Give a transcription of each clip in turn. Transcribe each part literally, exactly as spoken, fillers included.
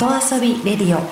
音遊びレディオ。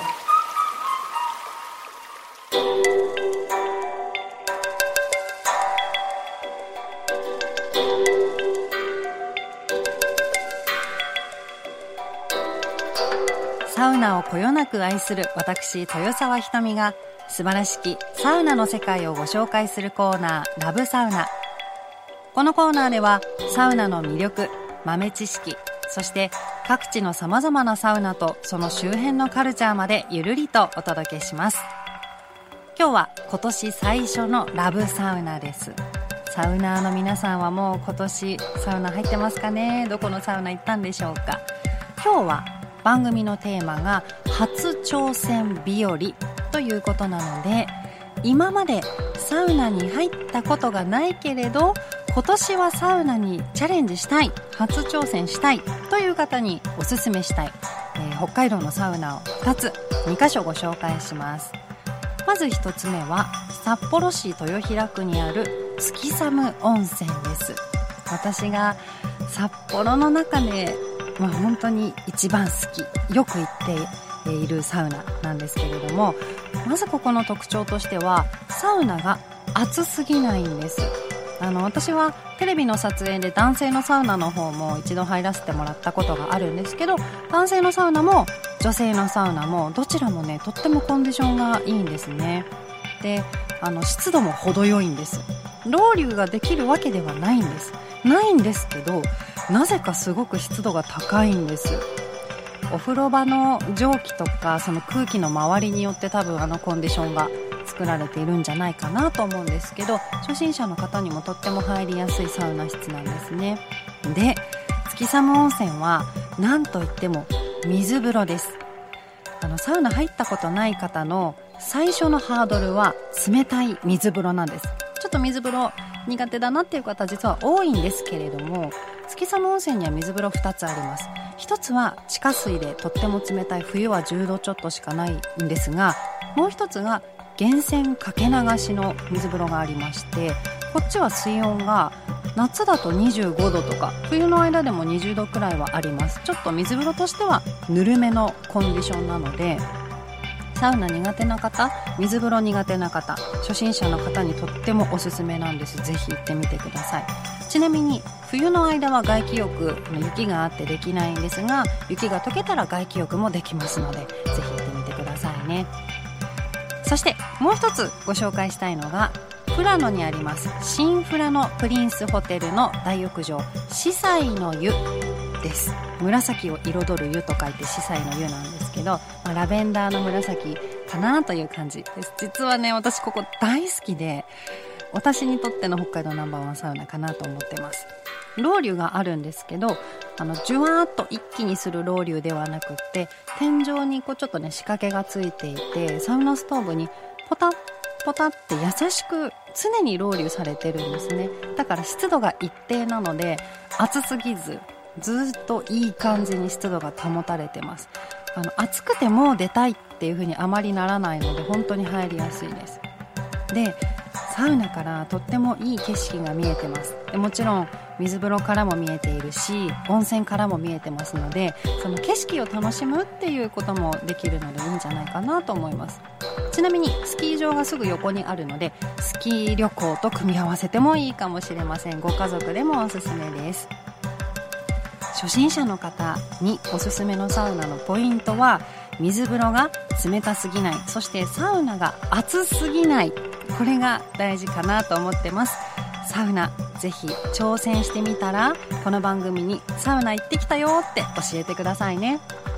サウナをこよなく愛する私豊沢ひとみが素晴らしきサウナの世界をご紹介するコーナー、ラブサウナ。このコーナーではサウナの魅力、豆知識、そして各地の様々なサウナとその周辺のカルチャーまでゆるりとお届けします。今日は今年最初のラブサウナです。サウナーの皆さんはもう今年サウナ入ってますかね。どこのサウナ行ったんでしょうか。今日は番組のテーマが初挑戦日和ということなので、今までサウナに入ったことがないけれど今年はサウナにチャレンジしたい、初挑戦したいという方におすすめしたい、えー、北海道のサウナをふたつ、にかしょご紹介します。まずひとつめは札幌市豊平区にある月寒温泉です。私が札幌の中で、まあ、本当に一番好き、よく行っているサウナなんですけれども、まずここの特徴としてはサウナが暑すぎないんです。あの私はテレビの撮影で男性のサウナの方も一度入らせてもらったことがあるんですけど、男性のサウナも女性のサウナもどちらもね、とってもコンディションがいいんですね。で、あの湿度も程よいんです。ロウリュができるわけではないんですないんですけど、なぜかすごく湿度が高いんです。お風呂場の蒸気とかその空気の周りによって多分あのコンディションが作られているんじゃないかなと思うんですけど、初心者の方にもとっても入りやすいサウナ室なんですね。で、月寒温泉はなんといっても水風呂です。あのサウナ入ったことない方の最初のハードルは冷たい水風呂なんです。ちょっと水風呂苦手だなっていう方実は多いんですけれども、月寒温泉には水風呂ふたつあります。ひとつは地下水でとっても冷たい、冬はじゅうどちょっとしかないんですが、もうひとつが源泉かけ流しの水風呂がありまして、こっちは水温が夏だとにじゅうごどとか冬の間でもにじゅうどくらいはあります。ちょっと水風呂としてはぬるめのコンディションなので、サウナ苦手な方、水風呂苦手な方、初心者の方にとってもおすすめなんです。ぜひ行ってみてください。ちなみに冬の間は外気浴、雪があってできないんですが、雪が溶けたら外気浴もできますので、ぜひ行ってみてくださいね。そしてもう一つご紹介したいのが富良野にあります新富良野プリンスホテルの大浴場、四彩の湯です。紫を彩る湯と書いて四彩の湯なんですけど、まあ、ラベンダーの紫かなという感じです。実はね、私ここ大好きで、私にとっての北海道ナンバーワンサウナかなと思ってます。ロウリュがあるんですけど、あのジュワーっと一気にするロウリュではなくって、天井にこうちょっとね仕掛けがついていて、サウナストーブにポタッポタって優しく常にロウリュされてるんですね。だから湿度が一定なので暑すぎず、ずっといい感じに湿度が保たれてます。あの暑くてもう出たいっていう風にあまりならないので本当に入りやすいです。で、サウナからとってもいい景色が見えてます。でもちろん水風呂からも見えているし、温泉からも見えてますので、その景色を楽しむっていうこともできるのでいいんじゃないかなと思います。ちなみにスキー場がすぐ横にあるので、スキー旅行と組み合わせてもいいかもしれません。ご家族でもおすすめです。初心者の方におすすめのサウナのポイントは、水風呂が冷たすぎない、そしてサウナが熱すぎない、これが大事かなと思ってます。サウナぜひ挑戦してみたら、この番組にサウナ行ってきたよって教えてくださいね。